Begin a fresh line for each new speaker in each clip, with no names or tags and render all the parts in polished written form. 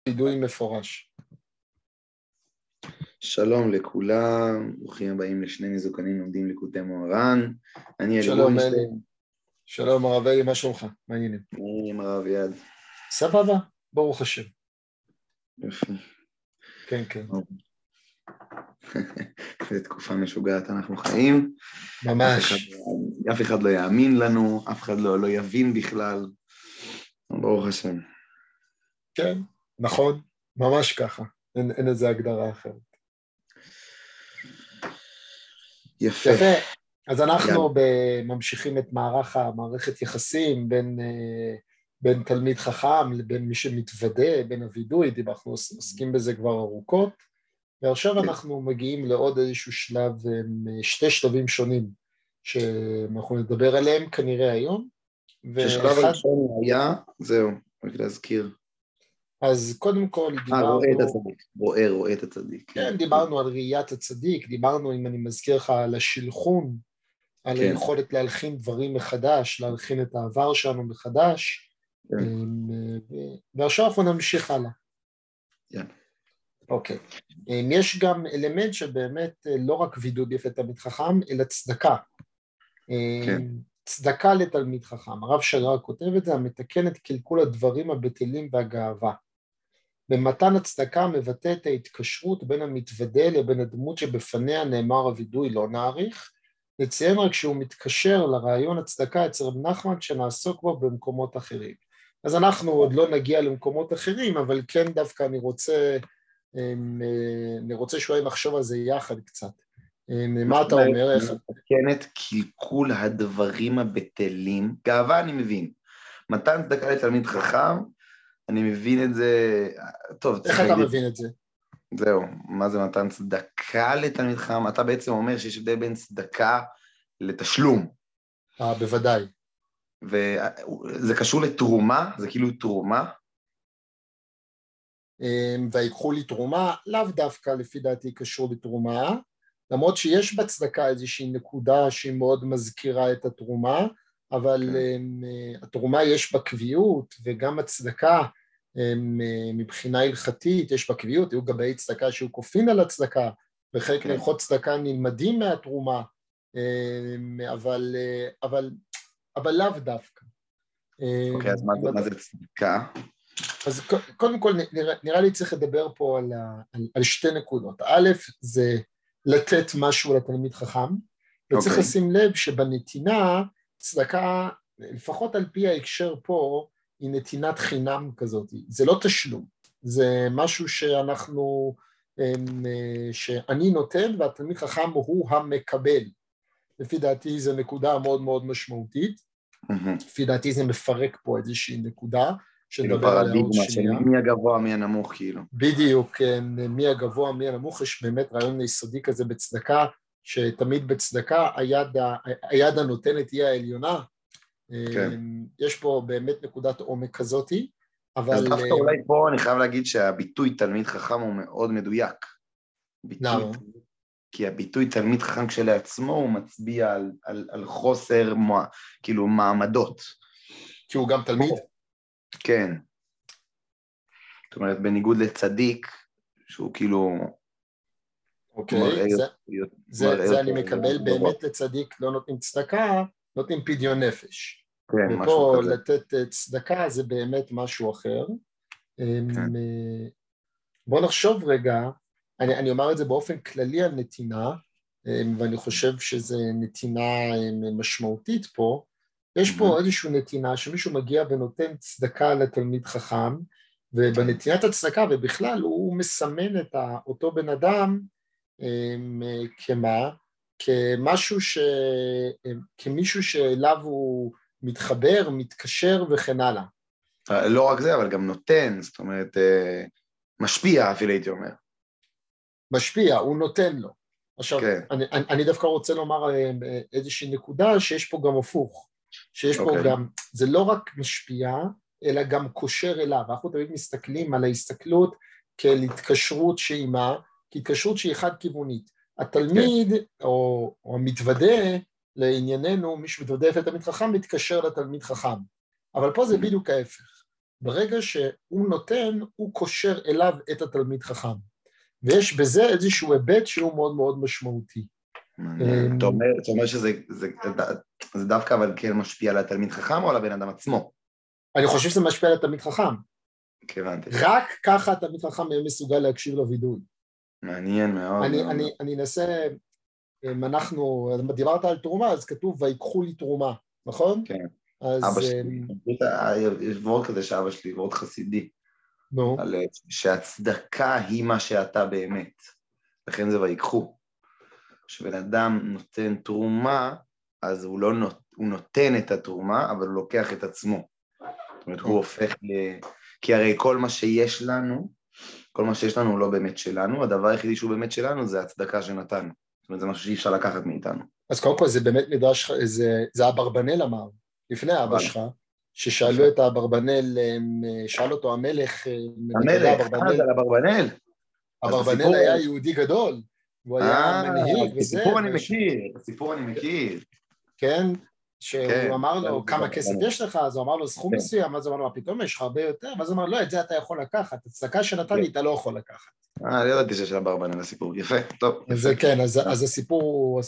וידוי מפורש.
שלום לכולם, ברוכים הבאים לשני מזוקנים לומדים ליקוטי מוהר"ן. אני אלי
שלום אלי.
רובינשטיין.
שלום הרב אלי, מה שלומך? מה העניינים?
אני עם הרב יד.
סבבה, ברוך השם.
יופי.
כן, כן.
זו תקופה משוגעת אנחנו חיים.
ממש.
אף אחד לא יאמין לנו, אף אחד לא יבין בכלל. ברוך השם.
כן, נכון, ממש ככה. אין איזה הגדרה אחרת.
יפה.
יפה. אז אנחנו ממשיכים את מערכת יחסים בין תלמיד חכם לבין מי שמתוודה, בין הוידוי, אנחנו עוסקים בזה כבר ארוכות, ועכשיו אנחנו מגיעים לעוד איזשהו שלב, שתי שלבים שונים, שאנחנו נדבר עליהם כנראה היום.
ששלב הראשון היה, זהו, רק להזכיר.
אז קודם כל דיברנו...
רואה את הצדיק, רואה את הצדיק.
כן, דיברנו על ראיית הצדיק, דיברנו, אם אני מזכיר לך, על השלחון, על היכולת להלחין דברים מחדש, להלחין את העבר שלנו מחדש, ועכשיו אנחנו נמשיך הלאה. אוקיי. יש גם אלמנט שבאמת לא רק וידוי יפה תלמיד חכם, אלא צדקה. צדקה לתלמיד חכם. הרב שגרר כותב את זה, המתקן את קלקול הדברים הבטלים והגאווה. במתן הצדקה מבטא את ההתקשרות בין המתוודה לבין הדמות שבפניה נאמר הוידוי לא נעריך, נציין רק שהוא מתקשר לרעיון הצדקה אצל רב נחמן שנעסוק בו במקומות אחרים. אז אנחנו עוד לא נגיע למקומות אחרים, אבל כן דווקא אני רוצה שאולי נחשוב על זה יחד קצת. מה אתה אומר?
מתקן את קלקול הדברים הבטלים, גאווה אני מבין. מתן צדקה לתלמיד חכם, אני מבין את זה, טוב.
איך אתה מבין את זה?
זהו, מה זה מתן צדקה לתלמיד חכם? אתה בעצם אומר שיש הבדל בין צדקה לתשלום.
בוודאי.
וזה קשור לתרומה? זה כאילו תרומה?
ויקחו לי תרומה, לאו דווקא לפי דעתי קשור לתרומה, למרות שיש בצדקה איזושהי נקודה שהיא מאוד מזכירה את התרומה, אבל התרומה יש בה קביעות, וגם הצדקה מבחינה הלכתית יש בה קביעות, היו גבי צדקה שהוא כופין על הצדקה, וחלק מהלכות צדקה נלמדים מהתרומה, אבל לאו דווקא.
אוקיי, אז מה זה צדקה?
אז קודם כל נראה לי צריך לדבר פה על שתי נקודות. א', זה לתת משהו לתלמיד חכם, וצריך לשים לב שבנתינה צדקה, לפחות על פי ההקשר פה, היא נתינת חינם כזאת. זה לא תשלום, זה משהו שאני נותן והתלמיד חכם הוא המקבל. לפי דעתי זו נקודה מאוד מאוד משמעותית, לפי דעתי זה מפרק פה איזושהי נקודה,
שנדבר עליה עוד שנייה. מי הגבוה, מי הנמוך, כאילו.
בדיוק, מי הגבוה, מי הנמוך, יש באמת רעיון יסודי כזה בצדקה, שתמיד בצדקה היד הנותנת היא העליונה, יש פה באמת נקודת עומק כזאתי, אבל...
אז דווקא אולי פה אני חייב להגיד שהביטוי תלמיד חכם הוא מאוד מדויק.
למה?
כי הביטוי תלמיד חכם כשלעצמו הוא מצביע על חוסר, כאילו מעמדות.
כי הוא גם תלמיד?
כן. זאת אומרת, בניגוד לצדיק, שהוא כאילו...
אוקיי, זה אני מקבל, באמת לצדיק לא נותנים צדקה, נותנים פדיון נפש.
כן,
ופה לתת צדקה זה באמת משהו אחר. בוא נחשוב רגע, אני אומר את זה באופן כללי על נתינה, ואני חושב שזה נתינה משמעותית פה, יש פה איזושהי נתינה שמישהו מגיע ונותן צדקה לתלמיד חכם, ובנתינת הצדקה ובכלל הוא מסמן את אותו בן אדם כמישהו שאליו הוא מתחבר, מתקשר וכן הלאה.
לא רק זה, אבל גם נותן, זאת אומרת, משפיע אפילו הייתי אומר.
משפיע, הוא נותן לו. עכשיו, אני דווקא רוצה לומר איזושהי נקודה שיש פה גם הפוך, שיש פה גם, זה לא רק משפיע, אלא גם קושר אליו. אנחנו תמיד מסתכלים על ההסתכלות כאל התקשרות שעימה, כהתקשרות שהיא חד-כיוונית. התלמיד או המתוודה לענייננו, מי שמתוודה את התלמיד חכם, מתקשר לתלמיד חכם. אבל פה זה בדיוק ההפך. ברגע שהוא נותן, הוא קושר אליו את התלמיד חכם. ויש בזה איזשהו היבט שהוא מאוד מאוד משמעותי.
אתה אומר שזה דווקא אבל כן משפיע על התלמיד חכם או על הבן אדם עצמו?
אני חושב שזה משפיע על התלמיד חכם.
כיוונתי.
רק ככה התלמיד חכם יהיה מסוגל להקשיב לווידוי.
מעניין מאוד.
אני אנסה, אנחנו, דיברת על תרומה, אז כתוב ויקחו לי תרומה, נכון?
כן.
אז,
אבא שלי, יש וורד כזה שאבא שלי, וורד חסידי, על שהצדקה היא מה שאתה באמת, לכן זה ויקחו. כשבן אדם נותן תרומה, אז הוא נותן את התרומה, אבל הוא לוקח את עצמו. זאת אומרת, הוא הופך כי הרי כל מה שיש לנו הוא לא באמת שלנו, הדבר היחידי שהוא באמת שלנו זה הצדקה שנתנו. זאת אומרת, זה משהו שאי אפשר לקחת מאיתנו.
אז קודם כל זה באמת מדרש, זה אברבנאל אמר, לפני אבא שלך, ששאלו את אברבנאל, שאל אותו המלך,
זה על אברבנאל.
אברבנאל היה יהודי גדול, הוא היה מנהיג וזה.
הסיפור אני מכיר.
כן, שהוא אמר לו כמה כסף יש לך, אז הוא אמר לו סכום מסוים, אז הוא אמר לו פתאום יש לך הרבה יותר, ואז הוא אמר לא, את זה אתה יכול לקחת, הצדקה שנתן לי אתה לא יכול לקחת.
אני ידעתי שיש אברבנאל הסיפור, יפה, טוב.
אז כן, אז הסיפור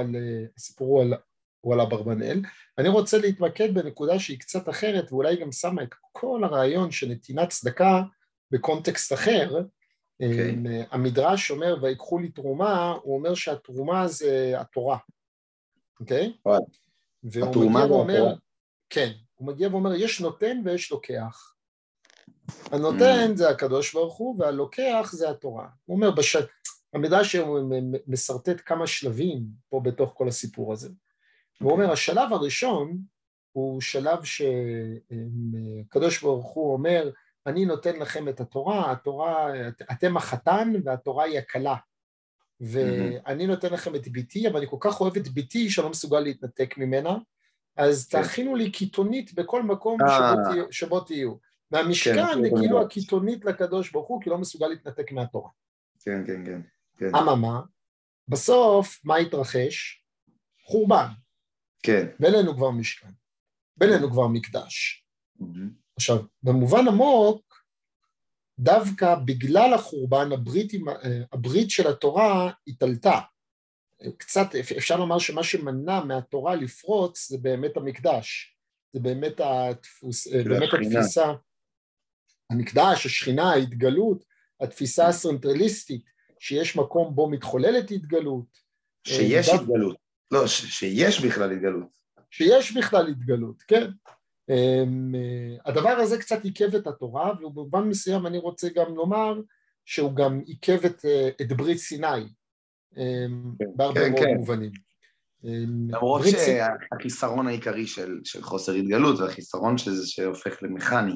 הוא על אברבנאל. אני רוצה להתמקד בנקודה שהיא קצת אחרת, ואולי גם שמה את כל הרעיון של נתינת צדקה בקונטקסט אחר. המדרש אומר ויקחו לי תרומה, הוא אומר שהתרומה זה התורה, אוקיי? והוא מגיע ואומר, כן, הוא מגיע ואומר יש נותן ויש לוקח. הנותן זה הקדוש ברוך הוא והלוקח זה התורה. הוא אומר, המדרש מסרטט כמה שלבים פה בתוך כל הסיפור הזה. הוא אומר, השלב הראשון הוא שלב שקדוש ברוך הוא אומר, אני נותן לכם את התורה, אתם החתן והתורה היא הכלה. ואני נותן לכם את ביתי, אבל אני כל כך אוהב את ביתי שאני לא מסוגל להתנתק ממנה, אז תכינו לי קיתונית בכל מקום שבו תהיו. מהמשכן זה כאילו הקיתונית לקדוש ברוך הוא, כי לא מסוגל להתנתק מהתורה.
כן, כן, כן.
אממה, בסוף מה התרחש? חורבן.
כן.
בינינו כבר משכן, בינינו כבר מקדש. עכשיו, במובן עמוק, דווקא בגלל החורבן, הברית של התורה התעלתה. קצת אפשר לומר שמה שמנע מהתורה לפרוץ זה באמת המקדש. זה באמת התפיסה, המקדש, השכינה, ההתגלות, התפיסה הסנטרליסטית, שיש מקום בו מתחוללת התגלות.
שיש התגלות. לא, שיש בכלל התגלות. שיש
בכלל התגלות, כן. הדבר הזה קצת עיכב את התורה, ובמובן מסוים אני רוצה גם לומר שהוא גם עיכב את ברית סיני, בהרבה מאוד מובנים.
למרות שהחיסרון העיקרי של חוסר התגלות, זה החיסרון שהופך למכני.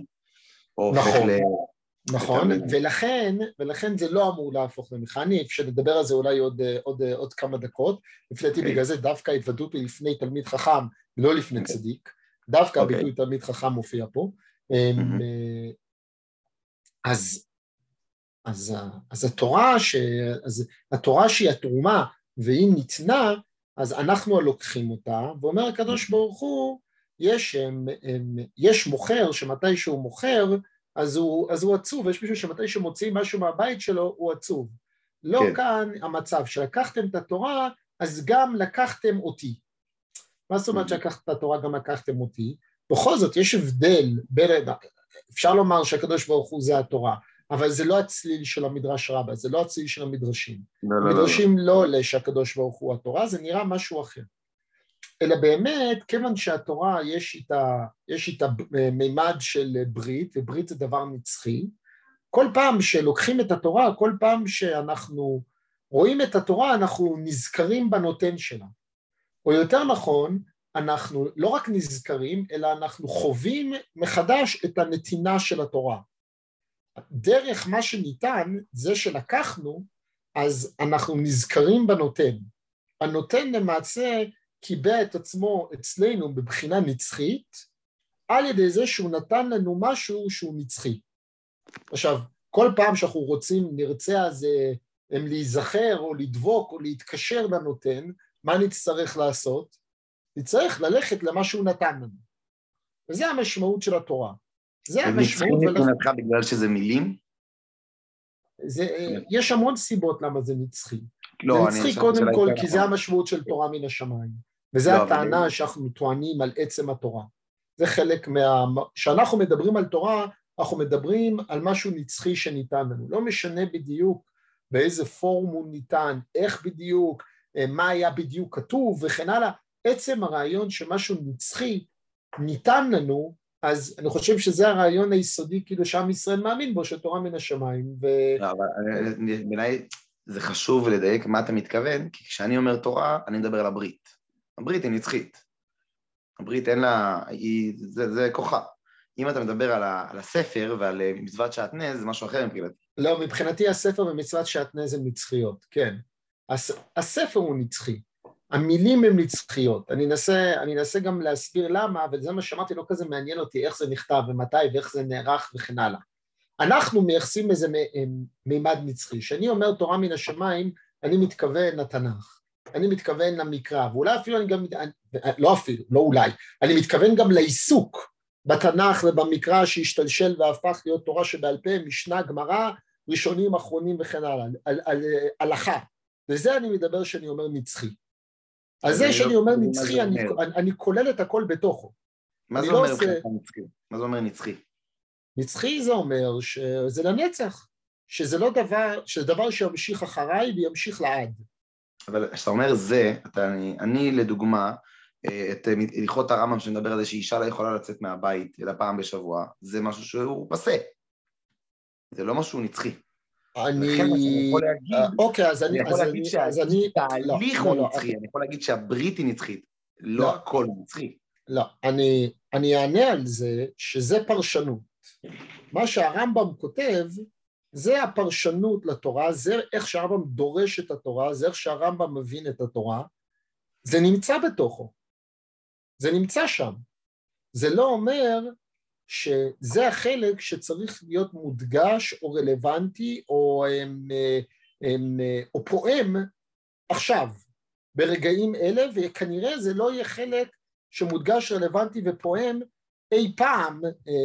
נכון, ולכן זה לא אמור להפוך למכני, אפשר לדבר על זה אולי עוד כמה דקות, לפני בגלל זה דווקא התוודות לי לפני תלמיד חכם, לא לפני צדיק, דווקא הביטוי תלמיד חכם מופיע פה, אז התורה שהיא התרומה, והיא ניתנה, אז אנחנו לוקחים אותה, ואומר הקדוש ברוך הוא, יש מוכר שמתי שהוא מוכר, אז הוא עצוב, יש מישהו שמתי שמוצאים משהו מהבית שלו, הוא עצוב. לא כאן המצב, שלקחתם את התורה, אז גם לקחתם אותי. מה זאת אומרת שלקחת את התורה, גם לקחתם אותי? בכל זאת, יש הבדל, אפשר לומר שהקדוש ברוך הוא זה התורה, אבל זה לא הצליל של המדרש רבה, זה לא הצליל של המדרשים. המדרשים לא עולה שהקדוש ברוך הוא התורה, זה נראה משהו אחר. אלא באמת, כיוון שהתורה יש איתה מימד של ברית, וברית זה דבר נצחי, כל פעם שלוקחים את התורה, כל פעם שאנחנו רואים את התורה, אנחנו נזכרים בנותן שלה. או יותר נכון, אנחנו לא רק נזכרים, אלא אנחנו חווים מחדש את הנתינה של התורה. דרך מה שניתן, זה שלקחנו, אז אנחנו נזכרים בנותן. הנותן למעשה קיבע את עצמו אצלנו בבחינה נצחית, על ידי זה שהוא נתן לנו משהו שהוא נצחי. עכשיו, כל פעם שאנחנו נרצה אז להיזכר או לדבוק או להתקשר לנותן, מה נצטרך לעשות? נצטרך ללכת למה שהוא נתן לנו. וזה המשמעות של התורה. זה המשמעות.
נצחי מבחינתך בגלל שזה מילים?
יש המון סיבות למה זה נצחי.
לא,
זה נצחי קודם כל כי זה המשמעות של תורה מן השמיים, וזה הטענה שאנחנו טוענים על עצם התורה. זה חלק כשאנחנו מדברים על תורה, אנחנו מדברים על משהו נצחי שניתן לנו, לא משנה בדיוק באיזה פורום הוא ניתן, איך בדיוק, מה היה בדיוק כתוב וכן הלאה, עצם הרעיון שמשהו נצחי ניתן לנו, אז אני חושב שזה הרעיון היסודי כאילו שעם ישראל מאמין בו, של תורה מן השמיים.
אבל בעיניי זה חשוב לדייק מה אתה מתכוון, כי כשאני אומר תורה, אני מדבר על הברית. הברית היא נצחית. הברית אין לה, זה כוחה. אם אתה מדבר על הספר ועל מצוות שעטנז, זה משהו אחר מבחינתי.
לא, מבחינתי הספר ומצוות שעטנז הן נצחיות, כן. הספר הוא נצחי. המילים הן נצחיות. אני אנסה גם להסביר למה, אבל זה מה שאמרתי, לא כזה מעניין אותי איך זה נכתב ומתי ואיך זה נערך וכן הלאה. אנחנו מייחסים איזה מימד נצחי. כשאני אומר תורה מן השמיים, אני מתכוון לתנ"ך, אני מתכוון למקרא, ואולי אפילו אני גם, לא אולי, אני מתכוון גם לעיסוק בתנ"ך ובמקרא שהשתלשל והפך להיות תורה שבעל פה, משנה, גמרא, ראשונים, אחרונים וכן הלאה, על הלכה. וזה אני מדבר שאני אומר נצחי. אז זה שאני אומר נצחי, אני כולל את הכל בתוכו.
מה זה אומר נצחי? מה זה אומר נצחי?
נצחי זה אומר שזה לנצח, שזה לא דבר, שזה דבר שימשיך אחריי וימשיך לעד.
אבל כשאתה אומר זה, אני לדוגמה, את הלכות הרמב"ם שנדבר על זה שאישה לא יכולה לצאת מהבית אלא פעם בשבוע, זה משהו שהוא פסה. זה לא משהו נצחי.
אני יכול להגיד, אוקיי, אז אני
יכול להגיד שהתהליך הוא נצחי, אני יכול להגיד שהברית היא נצחית, לא הכל נצחי.
לא, אני אענה על זה שזה פרשנות. מה שהרמב"ם כותב, זה הפרשנות לתורה, זה איך שהרמב"ם דורש את התורה, זה איך שהרמב"ם מבין את התורה, זה נמצא בתוכו, זה נמצא שם. זה לא אומר שזה החלק שצריך להיות מודגש או רלוונטי או פועם עכשיו, ברגעים אלה, וכנראה זה לא יהיה חלק שמודגש רלוונטי ופועם אי פעם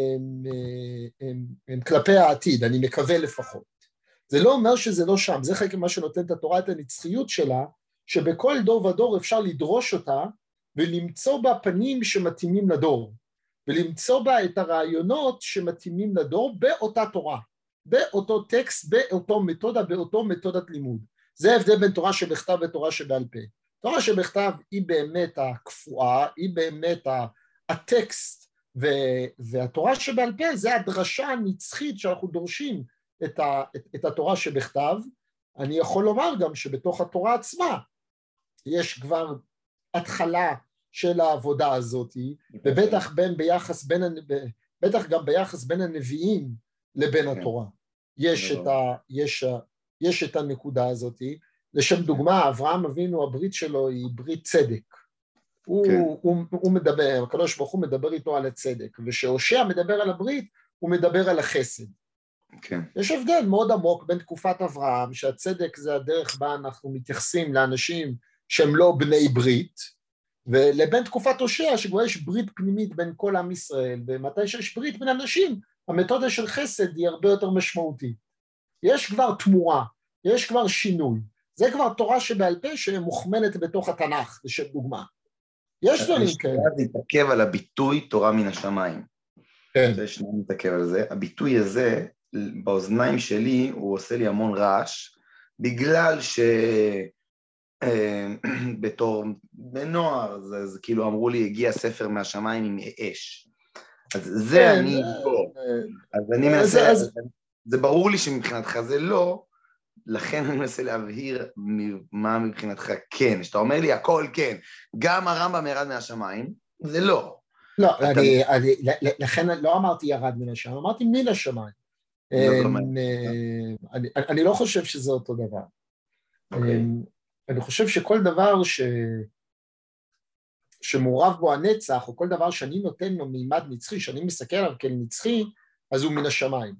כלפי העתיד, אני מקווה לפחות. זה לא אומר שזה לא שם, זה חלק מה שנותן את התורה את הנצחיות שלה, שבכל דור ודור אפשר לדרוש אותה, ולמצוא בה פנים שמתאימים לדור, ולמצוא בה את הרעיונות שמתאימים לדור באותה תורה, באותו טקסט, באותו מתודה, באותו מתודת לימוד. זה ההבדל בין תורה שבכתב ותורה שבעל פה. תורה שבכתב היא באמת הקפואה, היא באמת הטקסט, והתורה שבעל פה זה הדרשה הנצחית שאנחנו דורשים את התורה שבכתב. אני יכול לומר גם שבתוך התורה עצמה יש כבר התחלה של העבודה הזאת, ובטח בטח גם ביחס בין הנביאים לבין התורה. יש את הנקודה הזאת. לשם דוגמה, אברהם אבינו, הברית שלו היא ברית צדק. הוא מדבר, הקדוש ברוך הוא מדבר איתו על הצדק, ושהושע מדבר על הברית, הוא מדבר על החסד. יש הבדל מאוד עמוק בין תקופת אברהם, שהצדק זה הדרך בה אנחנו מתייחסים לאנשים שהם לא בני ברית, ולבין תקופת הושע, שכבר יש ברית פנימית בין כל עם ישראל, ומתי שיש ברית בין אנשים, המתודה של חסד היא הרבה יותר משמעותית. יש כבר תמורה, יש כבר שינוי. זה כבר תורה שבעל פה שמוכמנת בתוך התנ"ך, לשם דוגמה. יש דברים כאלה.
אני מתעכב על הביטוי תורה מן השמיים.
כן.
זה שניה מתעכב על זה. הביטוי הזה, באוזניים שלי, הוא עושה לי המון רעש, בגלל בתור בנוער, זה כאילו אמרו לי, הגיע ספר מהשמיים עם אש. אז זה אני פה. אז אני מנסה, זה ברור לי שמבחינתך זה לא, לכן אני מנסה להבהיר מה מבחינתך כן. שאתה אומר לי הכל כן, גם הרמב"ם ירד מהשמיים, זה לא.
לא, לכן לא אמרתי ירד מן השמיים, אמרתי מן השמיים. אני לא חושב שזה אותו דבר. אני חושב שכל דבר שמעורב בו הנצח, או כל דבר שאני נותן לו מימד נצחי, שאני מסתכל עליו כנצחי, אז הוא מן השמיים.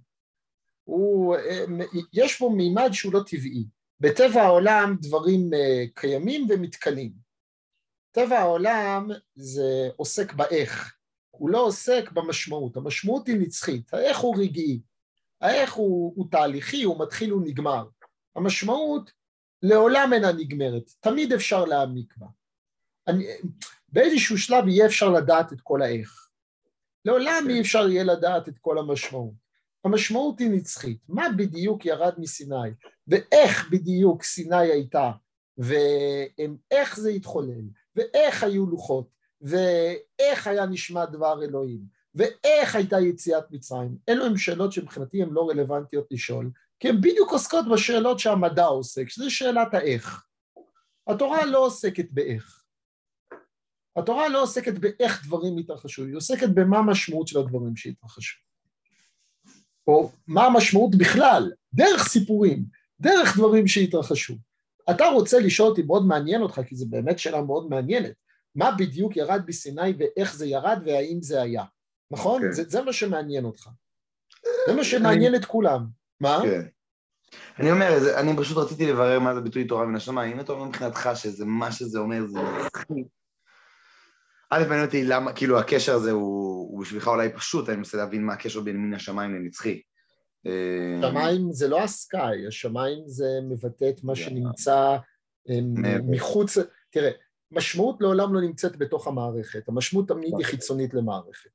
יש בו מימד שהוא לא טבעי. בטבע העולם דברים קיימים ומתכלים. טבע העולם זה עוסק באיך, הוא לא עוסק במשמעות, המשמעות היא נצחית, האיך הוא רגעי, האיך הוא תהליכי, הוא מתחיל ונגמר. המשמעות לעולם אינה נגמרת, תמיד אפשר להעמיק בה. באיזשהו שלב יהיה אפשר לדעת את כל האיך. לעולם אי אפשר יהיה לדעת את כל המשמעות. המשמעות היא נצחית. מה בדיוק ירד מסיני, ואיך בדיוק סיני הייתה, ואיך זה התחולל, ואיך היו לוחות, ואיך היה נשמע דבר אלוהים, ואיך הייתה יציאת מצרים. אלו הם שאלות שמבחינתי הן לא רלוונטיות לשאול, כי הן בדיוק עוסקות בשאלות שהמדע עוסק, שזה שאלת האיך. התורה לא עוסקת באיך. התורה לא עוסקת באיך דברים התרחשו, היא עוסקת במה המשמעות של הדברים שהתרחשו. או מה המשמעות בכלל, דרך סיפורים, דרך דברים שהתרחשו. אתה רוצה לשאול אותי, מאוד מעניין אותך, כי זו באמת שאלה מאוד מעניינת, מה בדיוק ירד בסיני ואיך זה ירד והאם זה היה. נכון? Okay. זה מה שמעניין אותך. זה מה שמעניין את כולם. מה?
כן. אני אומר, אני פשוט רציתי לברר מה זה ביטוי תורה מן השמיים. אם אתה אומר מבחינתך שזה מה שזה אומר, זה נצחי. א', מעניין אותי למה, כאילו הקשר הזה הוא בשבילך אולי פשוט, אני מנסה להבין מה הקשר בין מן השמיים לנצחי.
שמיים זה לא הסקאי, השמיים זה מבטא את מה שנמצא מחוץ, תראה, משמעות לעולם לא נמצאת בתוך המערכת, המשמעות תמיד היא חיצונית למערכת.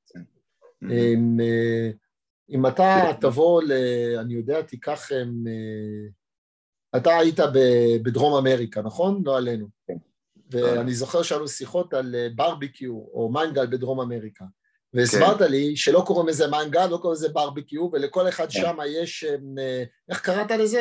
אם אתה תבוא, אני יודע, תיקח, אתה היית בדרום אמריקה, נכון? לא עלינו. ואני זוכר שהיו שיחות על ברביקיו או מנגל בדרום אמריקה, והסברת לי שלא קוראים לזה מנגל, לא קוראים לזה ברביקיו, ולכל אחד שם יש, איך קראת לזה?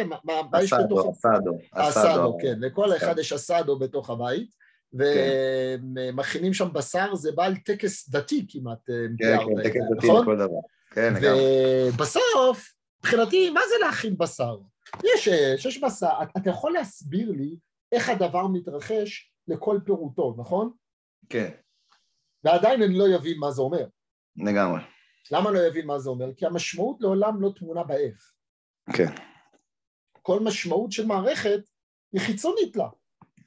אסאדו, כן, לכל אחד יש אסאדו בתוך הבית, ומכינים שם בשר, זה בא על טקס דתי כמעט,
כן, טקס דתי לכל דבר.
ובסוף, מבחינתי, מה זה להכין בשר? יש בשר, אתה יכול להסביר לי איך הדבר מתרחש לכל פירוטו, נכון?
כן.
ועדיין אני לא יבין מה זה אומר.
לגמרי.
למה לא יבין מה זה אומר? כי המשמעות לעולם לא תמונה באיך.
כן.
כל משמעות של מערכת היא חיצונית לה.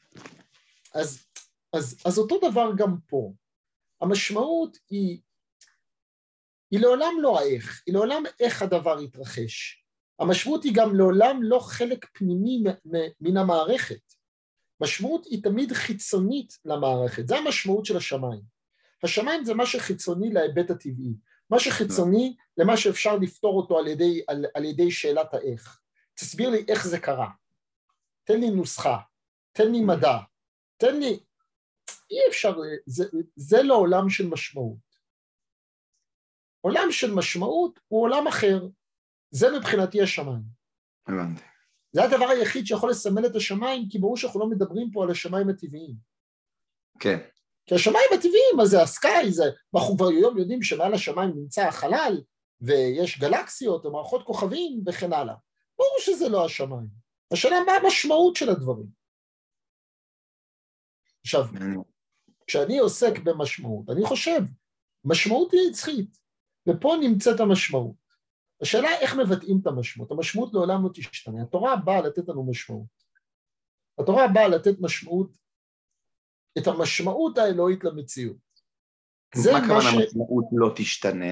אז אותו דבר גם פה. המשמעות היא לעולם לא האיך, היא לעולם איך הדבר יתרחש. המשמעות היא גם לעולם לא חלק פנימי מן המערכת. משמעות היא תמיד חיצונית למערכת, זה המשמעות של השמיים. השמיים זה מה שחיצוני להיבט הטבעי, מה שחיצוני למה שאפשר לפתור אותו על ידי שאלת האיך. תסביר לי איך זה קרה, תן לי נוסחה, תן לי מדע, תן לי, אי אפשר, זה לא עולם של משמעות. עולם של משמעות הוא עולם אחר, זה מבחינתי השמיים.
הבנתי.
זה הדבר היחיד שיכול לסמל את השמיים, כי ברור שאנחנו לא מדברים פה על השמיים הטבעיים.
כן.
כי השמיים הטבעיים, אז זה הסקאי, אנחנו כבר היום יודעים שמעל השמיים נמצא החלל, ויש גלקסיות ומערכות כוכבים וכן הלאה. ברור שזה לא השמיים. השאלה מה המשמעות של הדברים. עכשיו, כשאני עוסק במשמעות, אני חושב, משמעות היא נצחית, ופה נמצאת המשמעות. השאלה איך מבטאים את המשמעות, המשמעות לעולם לא תשתנה, התורה באה לתת לנו משמעות, התורה באה לתת משמעות, את המשמעות האלוהית למציאות.
מה כמובן המשמעות לא תשתנה?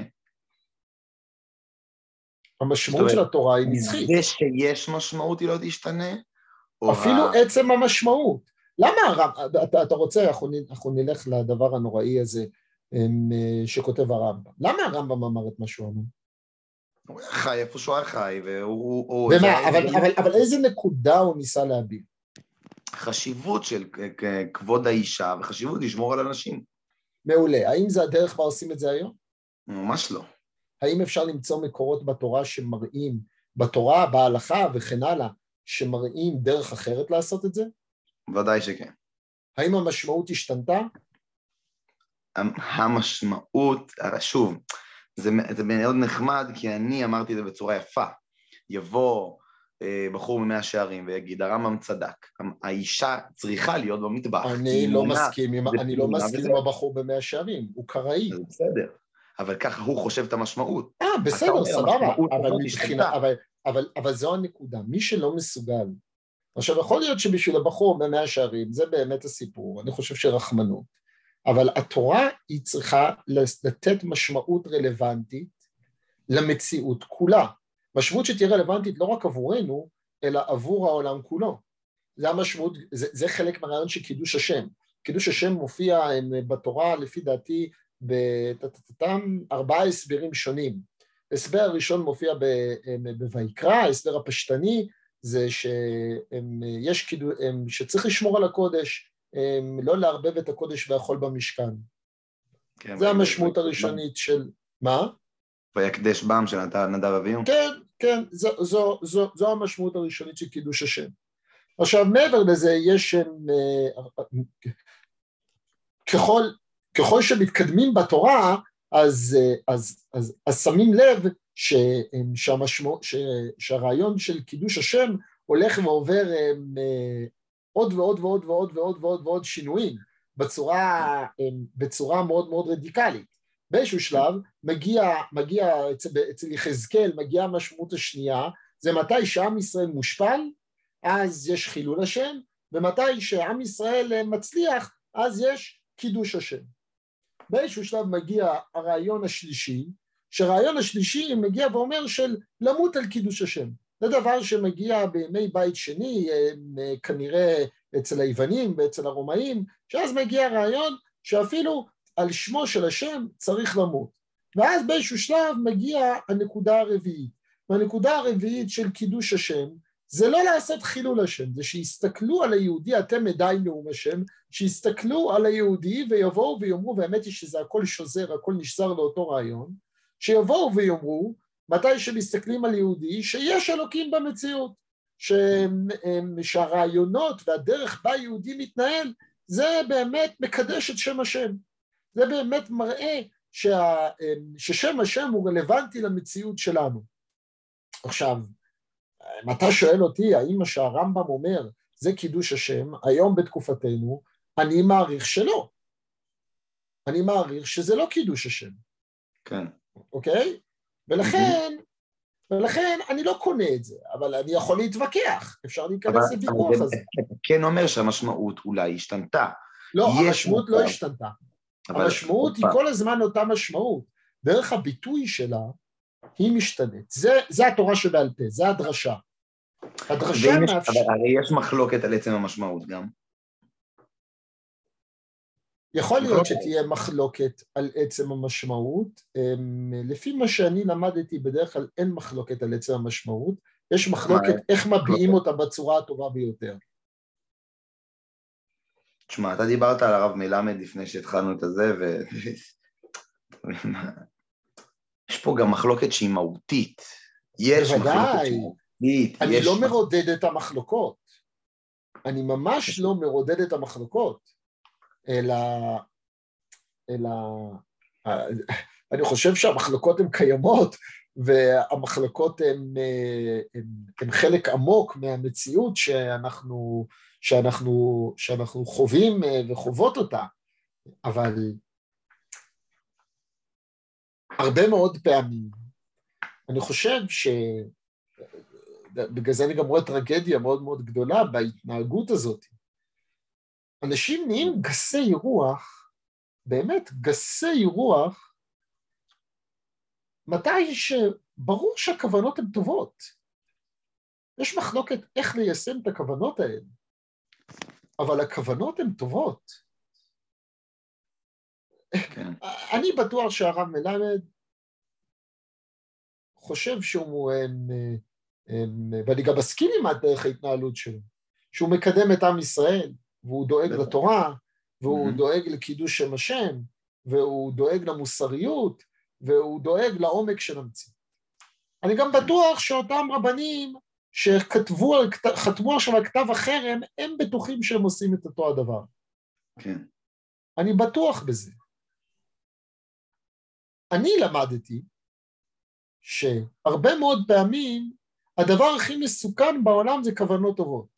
המשמעות של התורה היא נצחית.
זה שיש משמעות היא לא תשתנה?
אפילו עצם המשמעות. למה אתה רוצה, אנחנו נלך לדבר הנוראי הזה שכותב הרמב"ם. למה הרמב"ם אמר את מה שהוא אמר?
הוא היה חי איפה שהוא היה חי, והוא...
ומה, אבל איזה נקודה הוא ניסה להביע?
חשיבות של כבוד האישה, וחשיבות לשמור על אנשים.
מעולה. האם זה הדרך בה עושים את זה היום?
ממש לא.
האם אפשר למצוא מקורות בתורה שמראים, בתורה, בהלכה וכן הלאה, שמראים דרך אחרת לעשות את זה?
ודאי שכן.
האם המשמעות השתנתה?
המשמעות, שוב, זה מאוד נחמד, כי אני אמרתי את זה בצורה יפה. יבוא בחור ממאה שערים ויגיד, הרמב"ם צדק, האישה צריכה להיות במטבח.
אני לא מסכים עם הבחור במאה שערים, הוא קראי.
זה בסדר, אבל ככה הוא חושב את המשמעות.
בסדר, סבבה, אבל זו הנקודה, מי שלא מסוגל. עכשיו, יכול להיות שבשביל הבחור במאה שערים, זה באמת הסיפור, אני חושב שרחמנות. אבל התורה היא צריכה לתת משמעות רלוונטית למציאות כולה. משמעות שתהיה רלוונטית לא רק עבורנו, אלא עבור העולם כולו. זה המשמעות, זה חלק מהרעיון של קידוש השם. קידוש השם מופיע בתורה, לפי דעתי, באותם 4 הסברים שונים. ההסבר הראשון מופיע בויקרא, ההסבר הפשטני, זה שצריך לשמור על הקודש, לא לערבב את הקודש והחול במשכן. כן, זה המשמעות הראשונית של... מה?
ויקדש בם של נדב אביהו?
כן, כן, זו המשמעות הראשונית של קידוש השם. עכשיו, מעבר לזה, יש... ככל שמתקדמים בתורה, אז שמים לב שהרעיון של קידוש השם הולך ועובר עוד ועוד ועוד ועוד ועוד ועוד ועוד שינויים בצורה מאוד מאוד רדיקלית. באיזשהו שלב מגיע אצל יחזקאל, מגיעה המשמעות השנייה, זה מתי שעם ישראל מושפל, אז יש חילול השם, ומתי שעם ישראל מצליח, אז יש קידוש השם. באיזשהו שלב מגיע הרעיון השלישי, שהרעיון השלישי מגיע ואומר של למות על קידוש השם. זה דבר שמגיע בימי בית שני, כנראה אצל היוונים ואצל הרומאים, שאז מגיע הרעיון שאפילו על שמו של השם צריך למות. ואז באיזשהו שלב מגיע הנקודה הרביעית. והנקודה הרביעית של קידוש השם, זה לא לעשות חילול השם, זה שיסתכלו על היהודי, אתם עדיין נאום השם, שיסתכלו על היהודי ויבואו ויאמרו, והאמת היא שזה הכל שוזר, הכל נשזר לאותו רעיון, שיבואו ויאמרו, מתי שמסתכלים על יהודי, שיש אלוקים במציאות, שהרעיונות והדרך בה יהודי מתנהל, זה באמת מקדש את שם השם. זה באמת מראה ששם השם הוא רלוונטי למציאות שלנו. עכשיו, אם אתה שואל אותי, האם מה שהרמב"ם אומר, זה קידוש השם, היום בתקופתנו, אני מעריך שלא. אני מעריך שזה לא קידוש השם.
כן.
אוקיי? ולכן אני לא קונה את זה, אבל אני יכול להתווכח, אפשר להיכנס לוויכוח הזה.
אתה כן אומר שהמשמעות אולי השתנתה.
לא, המשמעות לא השתנתה. המשמעות היא כל הזמן אותה משמעות. דרך הביטוי שלה, היא משתנית. זה התורה שבעל פה, זה הדרשה. הדרשה מאפשר...
אבל הרי יש מחלוקת על עצם המשמעות גם.
יכול להיות שתהיה מחלוקת על עצם המשמעות. לפי מה שאני למדתי, בדרך כלל אין מחלוקת על עצם המשמעות. יש מחלוקת איך מביעים אותה בצורה הטובה ביותר.
תשמע, אתה דיברת על הרב מלמד לפני שהתחלנו את הזה, יש פה גם מחלוקת שהיא מהותית. יש מחלוקת שהיא מהותית.
אני לא מרודד את המחלוקות. אני ממש לא מרודד את המחלוקות. אלא אני חושב שהמחלוקות הן קיימות, והמחלוקות הן חלק עמוק מהמציאות שאנחנו חווים וחוות אותה, אבל הרבה מאוד פעמים, אני חושב בגלל זה אני גם רואה טרגדיה מאוד מאוד גדולה בהתנהגות הזאת. אנשים נהיים גסי רוח, באמת גסי רוח, מתי שברור שהכוונות הן טובות. יש מחלוקת איך ליישם את הכוונות האלה, אבל הכוונות הן טובות. כן. אני בטוח שהרב מלמד חושב שהוא, ואני גם מסכים עם דרך ההתנהלות שלו, שהוא מקדם את עם ישראל, והוא דואג לתורה, והוא דואג לקידוש שם השם, והוא דואג למוסריות, והוא דואג לעומק של המציאות. אני גם בטוח שאותם רבנים שחתמו עכשיו על כתב החרם, הם בטוחים שהם עושים את אותו הדבר.
כן.
אני בטוח בזה. אני למדתי שהרבה מאוד פעמים הדבר הכי מסוכן בעולם זה כוונות טובות.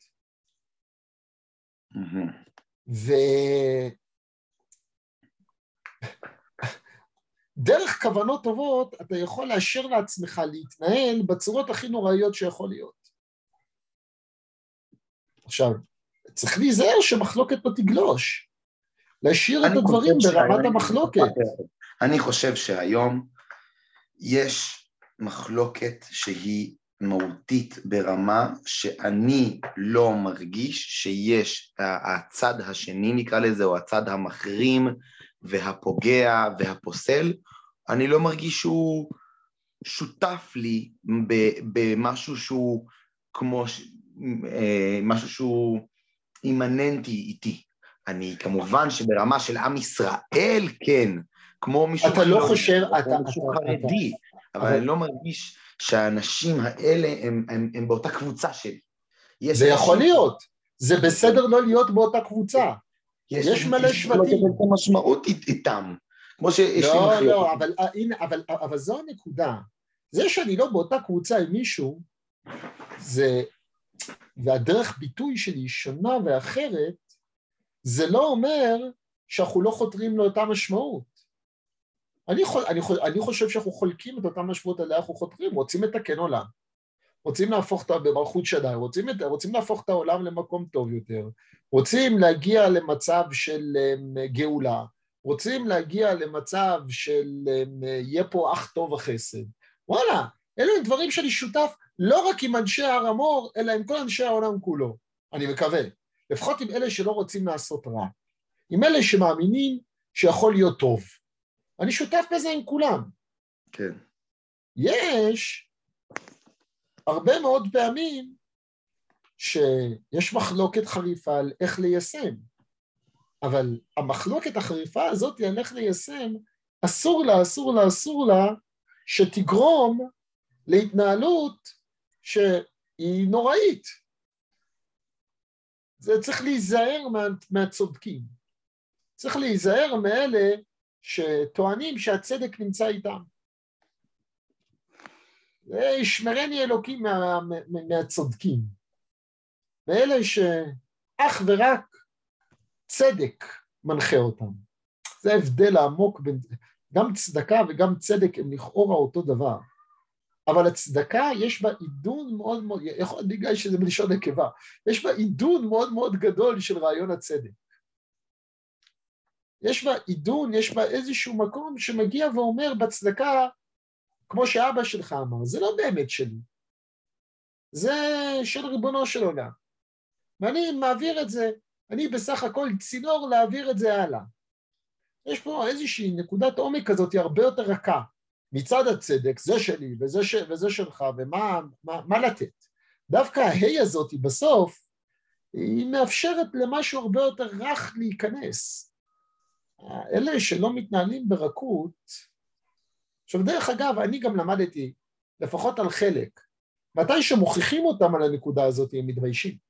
ודרך כוונות טובות אתה יכול לאשר לעצמך להתנהל בצורות הכי נוראיות שיכול להיות. עכשיו, צריך להיזהר שמחלוקת לא תגלוש, להשאיר את הדברים ברמת המחלוקת.
אני חושב שהיום יש מחלוקת שהיא מהותית ברמה שאני לא מרגיש שיש הצד השני, נקרא לזה, או הצד המחרים והפוגע והפוסל, אני לא מרגיש שהוא שותף לי במשהו שהוא כמו, משהו שהוא אימננטי איתי. אני כמובן שברמה של עם ישראל, כן, כמו מישהו
אתה לא חושב,
כמו מישהו חרדי, אבל אני לא מרגיש שהאנשים האלה הם באותה קבוצה שלי.
זה יכול להיות, זה בסדר לא להיות באותה קבוצה. יש מלא שבטים.
יש משמעות איתם, כמו שיש לי
מחלוקת. לא, אבל זו הנקודה. זה שאני לא באותה קבוצה עם מישהו, והדרך ביטוי שלי שונה ואחרת, זה לא אומר שאנחנו לא חותרים לאותה משמעות. אני חושב שאנחנו חולקים את אותה משמעות עליה אנחנו חותרים, רוצים לתקן עולם, רוצים להפוך את במלכות שדי, רוצים להפוך את העולם למקום טוב יותר, רוצים להגיע למצב של גאולה, רוצים להגיע למצב של יהיה פה אח טוב וחסד. וואלה, אלו הם דברים שאני שותף לא רק עם אנשי הר המור, אלא עם כל אנשי העולם כולו. אני מקווה, לפחות עם אלה שלא רוצים לעשות רע, עם אלה שמאמינים שיכול להיות טוב. אני שותף בזה עם כולם.
כן.
יש הרבה מאוד פעמים שיש מחלוקת חריפה על איך ליישם, אבל המחלוקת החריפה הזאת על איך ליישם, אסור לה שתגרום להתנהלות שהיא נוראית. זה צריך להיזהר מהצודקים. צריך להיזהר מאלה שטוענים שהצדק נמצא איתם. ישמרני אלוקים מהצודקים. ואלה שאך ורק צדק מנחה אותם. זה ההבדל העמוק בין, גם צדקה וגם צדק הם לכאורה אותו דבר. אבל הצדקה יש בה עידון מאוד מאוד, יכול להיות בגלל שזה בלשון נקבה, יש בה עידון מאוד מאוד גדול של רעיון הצדק. יש בה עידון, יש בה איזשהו מקום שמגיע ואומר בצדקה, כמו שאבא שלך אמר, זה לא באמת שלי, זה של ריבונו של עולם. ואני מעביר את זה, אני בסך הכל צינור להעביר את זה הלאה. יש פה איזושהי נקודת עומק כזאת, היא הרבה יותר רכה. מצד הצדק, זה שלי וזה שלך, ומה לתת. דווקא ההי הזאת בסוף, היא מאפשרת למשהו הרבה יותר רך להיכנס. אלה שלא מתנהלים ברכות, עכשיו דרך אגב, אני גם למדתי, לפחות על חלק, מתי שמוכיחים אותם על הנקודה הזאת, הם מתביישים.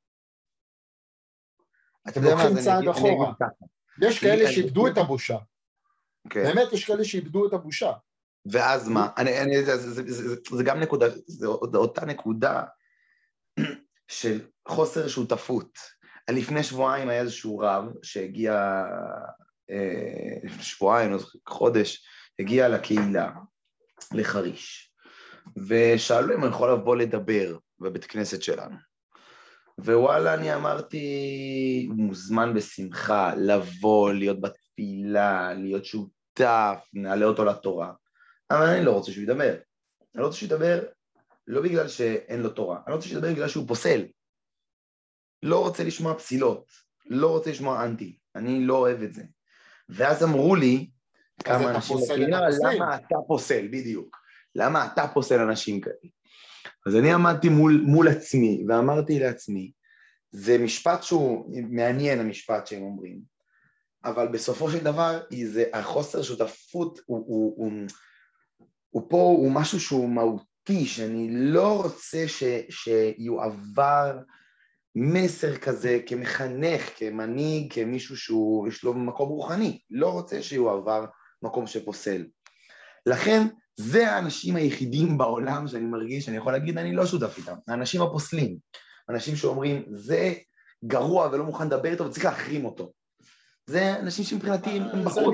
הם לוקחים צעד אחורה. יש כאלה שאיבדו את הבושה. באמת יש כאלה שאיבדו את הבושה.
ואז מה? זה גם נקודה, זה אותה נקודה של חוסר שותפות. לפני שבועיים היה איזשהו רב שהגיע, לפני שבועיים, חודש, הגיע לקהילה, לחריש, ושאלו אם אני יכול לבוא לדבר בבית כנסת שלנו. ווואלה, אני אמרתי, מוזמן בשמחה, לבוא, להיות בתפילה, להיות שותף, נעלה אותו לתורה. אבל אני לא רוצה שהוא ידבר. אני לא רוצה שהוא ידבר לא בגלל שאין לו תורה, אני לא רוצה שהוא ידבר בגלל שהוא פוסל. לא רוצה לשמוע פסילות, לא רוצה לשמוע אנטי, אני לא אוהב את זה. ואז אמרו לי, כמה אנשים בקהילה, למה אתה פוסל, בדיוק. למה אתה פוסל אנשים כאלה? אז אני עמדתי מול עצמי, ואמרתי לעצמי, זה משפט שהוא מעניין, המשפט שהם אומרים, אבל בסופו של דבר, החוסר שותפות הוא פה, הוא משהו שהוא מהותי, שאני לא רוצה שיועבר מסר כזה כמחנך, כמנהיג, כמישהו שיש לו מקום רוחני, לא רוצה שיועבר מקום שפוסל. לכן, זה האנשים היחידים בעולם שאני מרגיש, שאני יכול להגיד, אני לא שותף איתם, האנשים הפוסלים, אנשים שאומרים, זה גרוע ולא מוכן לדבר איתו, וצריך להחרים אותו. זה אנשים שמבחינתי הם בחוץ.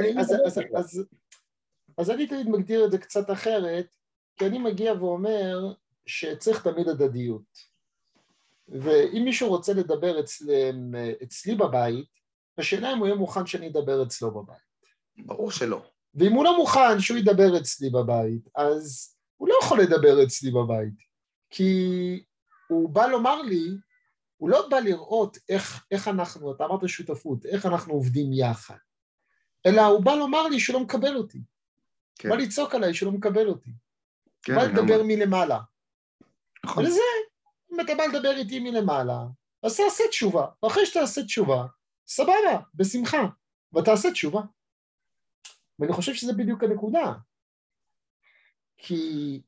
אז אני תמיד מגדיר את זה קצת אחרת, כי אני מגיע ואומר שצריך תמיד הדדיות. ואם מישהו רוצה לדבר אצלי בבית, השאלה אם הוא יהיה מוכן שאני אדבר אצלו בבית.
ברור שלא.
ואם הוא לא מוכן שהוא ידבר אצלי בבית, אז הוא לא יכול לדבר אצלי בבית, כי הוא בא לומר לי, הוא לא בא לראות איך אנחנו, אתה אמרת שותפות, איך אנחנו עובדים יחד, אלא הוא בא לומר לי שלא מקבל אותי. כן. בא לצעוק עליי שלא מקבל אותי. כן, בא לדבר מלמעלה. נכון. ולזה, אם אתה בא לדבר איתי מלמעלה, אז תעשה תשובה. ואחרי שתעשה תשובה, סבבה, בשמחה, ותעשה תשובה. ואני חושב שזה בדיוק הנקודה. כי,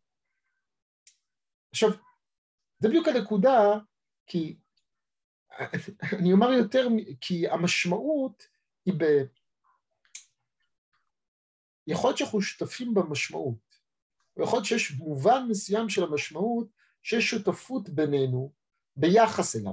עכשיו, זה בדיוק הנקודה, כי, אני אומר יותר, כי המשמעות היא יכול להיות שאנחנו שותפים במשמעות, ויכול להיות שיש מובן מסוים של המשמעות, שיש שותפות בינינו ביחס אליו.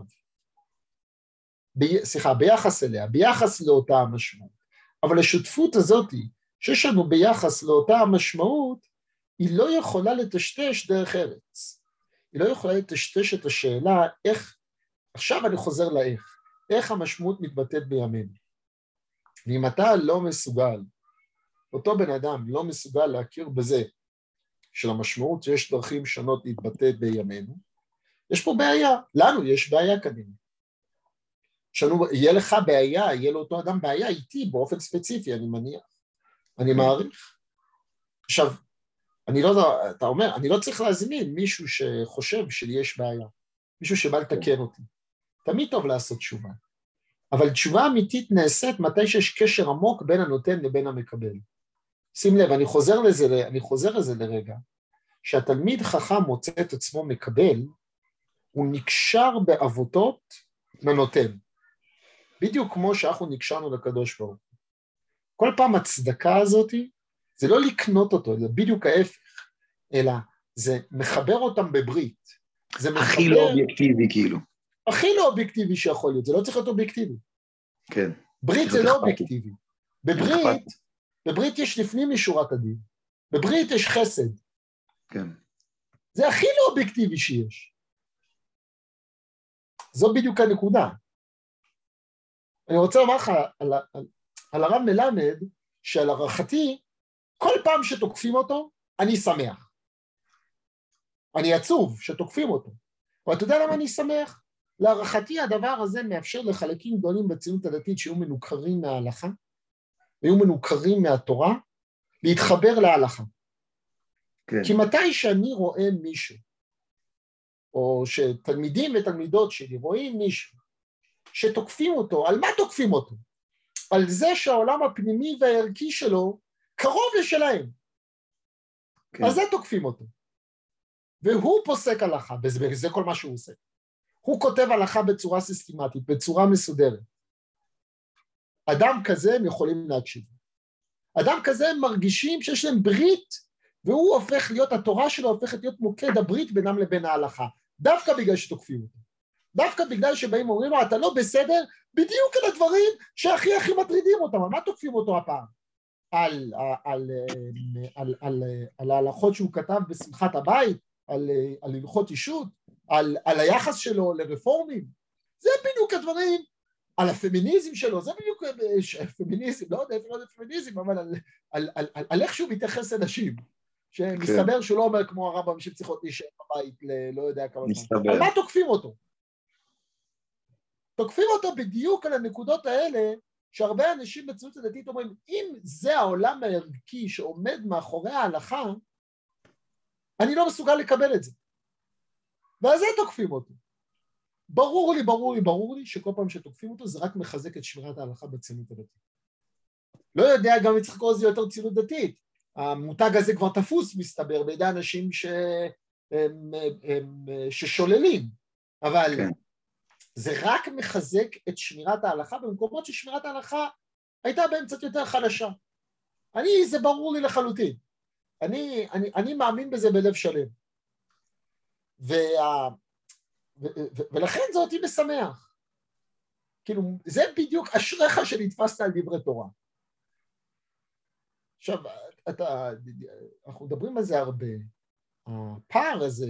ביחס אליה, ביחס לאותה המשמעות. אבל השותפות הזאת, שיש לנו ביחס לאותה המשמעות, היא לא יכולה לטשטש דרך ארץ. היא לא יכולה לטשטש את השאלה איך, עכשיו אני חוזר לאיך, איך המשמעות מתבטאת בימינו. ואם אתה לא מסוגל, אותו בן אדם לא מסוגל להכיר בזה, של המשמעות שיש דרכים שונות להתבטא בימינו, יש פה בעיה, לנו יש בעיה קדימה. יהיה לך בעיה, יהיה לאותו אדם בעיה איתי באופן ספציפי, אני מניח, אני מעריך. עכשיו, אתה אומר, אני לא צריך להזמין מישהו שחושב שלי יש בעיה, מישהו שבא לתקן אותי. תמיד טוב לעשות תשובה, אבל תשובה אמיתית נעשית מתי שיש קשר עמוק בין הנותן לבין המקבל. שים לב, אני חוזר לזה לרגע, שהתלמיד חכם מוצא את עצמו מקבל, הוא נקשר בעבותות לנותן. בדיוק כמו שאנחנו נקשרנו לקדוש ברוך הוא. כל פעם הצדקה הזאת, זה לא לקנות אותו, זה בדיוק ההפך, אלא זה מחבר אותם בברית. זה מחבר...
הכי לא אובייקטיבי כאילו.
הכי לא אובייקטיבי שיכול להיות, זה לא צריך להיות אובייקטיבי.
כן.
ברית זה לא אובייקטיבי. בברית יש לפנים משורת הדין. בברית יש חסד.
כן.
זה הכי לא אובייקטיבי שיש. זו בדיוק הנקודה. אני רוצה לומר לך על הרב מלמד, שעל הערכתי, כל פעם שתוקפים אותו, אני שמח. אני עצוב שתוקפים אותו. אבל אתה יודע למה אני שמח? לערכתי הדבר הזה מאפשר לחלקים גדולים בציונות הדתית שיהיו מנוכרים מההלכה, ויהיו מנוכרים מהתורה, להתחבר להלכה. כן. כי מתי שאני רואה מישהו, או שתלמידים ותלמידות שלי רואים מישהו, שתוקפים אותו, על מה תוקפים אותו? על זה שהעולם הפנימי והערכי שלו קרוב לשלהם. כן. אז זה תוקפים אותו. והוא פוסק הלכה, וזה כל מה שהוא עושה. הוא כותב הלכה בצורה סיסטמטית, בצורה מסודרת. אדם כזה הם יכולים להקשיב. אדם כזה הם מרגישים שיש להם ברית, והוא הופך להיות, התורה שלו הופכת להיות מוקד הברית בינם לבין ההלכה. דווקא בגלל שתוקפים אותו. דווקא בגלל שבאים אומרים לו, אתה לא בסדר, בדיוק על הדברים שהכי מטרידים אותם. על מה תוקפים אותו הפעם? על ההלכות שהוא כתב בשמחת הבית, על הלכות אישות, על היחס שלו לרפורמים. זה בדיוק הדברים, על הפמיניזם שלו, זה בדיוק פמיניזם, לא יודע איפה לא פמיניזם, אבל על איך שהוא מתייחס לנשים, שמסתבר שהוא לא אומר כמו הרמב"ם שצריכות להישאר בבית, לא יודע כמה זמן. על מה תוקפים אותו? תוקפים אותו בדיוק על הנקודות האלה, שהרבה אנשים בציונות הדתית אומרים, אם זה העולם הערכי שעומד מאחורי ההלכה, אני לא מסוגל לקבל את זה. ועל זה תוקפים אותו. ברור לי שכל פעם שתוקפים אותו זה רק מחזק את שמירת ההלכה בציונות הדתית. לא יודע גם אם צריך לקרוא לזה יותר ציונות דתית. המותג הזה כבר תפוס מסתבר בידי אנשים ששוללים, אבל כן. זה רק מחזק את שמירת ההלכה במקומות ששמירת ההלכה הייתה בהם קצת יותר חלשה. זה ברור לי לחלוטין. אני מאמין בזה בלב שלם. ולכן זה אותי משמח. כאילו, זה בדיוק אשריך שנתפסת על דברי תורה. עכשיו, אנחנו מדברים על זה הרבה. הפער הזה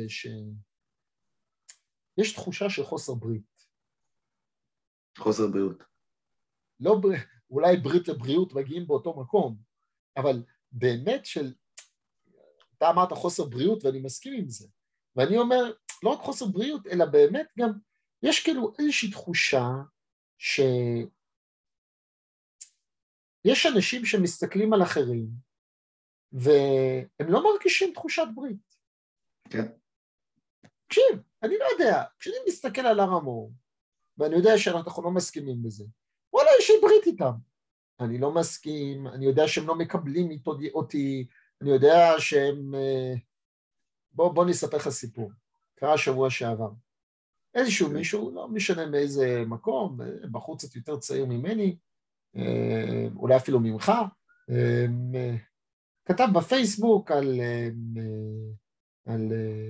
יש תחושה של חוסר ברית.
חוסר בריאות.
לא, אולי ברית לבריאות מגיעים באותו מקום, אבל באמת אתה אמרת חוסר בריאות ואני מסכים עם זה, ואני אומר, לא רק חוסר בריאות, אלא באמת גם, יש כאילו איזושהי תחושה שיש אנשים שמסתכלים על אחרים, והם לא מרגישים תחושת ברית.
כן.
תקשיב, אני לא יודע, כשאני מסתכל על הר המור, ואני יודע שאנחנו לא מסכימים בזה, וואלה, יש לי ברית איתם. אני לא מסכים, אני יודע שהם לא מקבלים אותי, אני יודע שהם... בוא נספר לך סיפור. קרה שבוע שעבר. איזשהו מישהו, לא משנה מאיזה מקום, בחור קצת יותר צעיר ממני, אולי אפילו ממך, כתב בפייסבוק על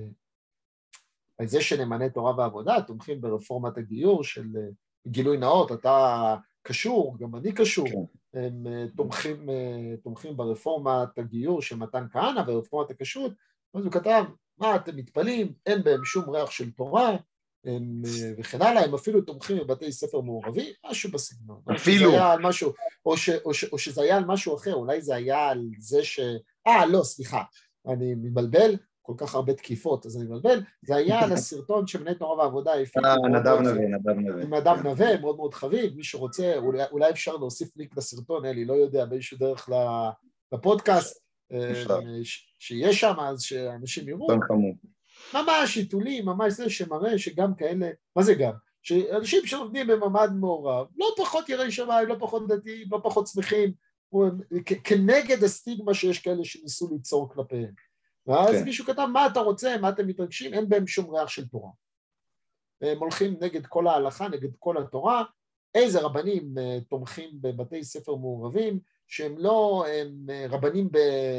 זה שנאמני תורה ועבודה, תומכים ברפורמת הגיור של גילוי נאות, אתה קשור, גם אני קשור, הם תומכים ברפורמת הגיור של מתן כהנא ורפורמת הכשרות, אז הוא כתב, מה אתם מתפלאים, אין בהם שום ריח של תורה, וכן הלאה, הם אפילו תומכים בבתי ספר מעורבים, משהו בסגנון.
אפילו.
או שזה היה על משהו אחר, אולי זה היה על זה לא, סליחה, אני מבלבל, כל כך הרבה תקיפות, אז אני מבלבל, זה היה על הסרטון שבני תורה ועבודה הפיקו. נדב נווה, מאוד מאוד חביב, מי שרוצה, אולי אפשר להוסיף לינק לסרטון, אלי, לא יודע, באיזשהו דרך לפודקאסט, שיש שם, אז שאנשים יראו. ממש שיתולים, ממש זה שמראה שגם כאלה, מה זה גם? שאנשים שלומדים בממד מעורב, לא פחות יראי שמיים, לא פחות דתיים, לא פחות שמחים, כנגד הסטיגמה שיש כאלה שניסו ליצור כלפיהם. ואז מישהו כתב, מה אתה רוצה, מה אתם מתרגשים, אין בהם שום ריח של תורה. הם הולכים נגד כל ההלכה, נגד כל התורה, איזה רבנים תומכים בבתי ספר מעורבים, שהם לא רבנים,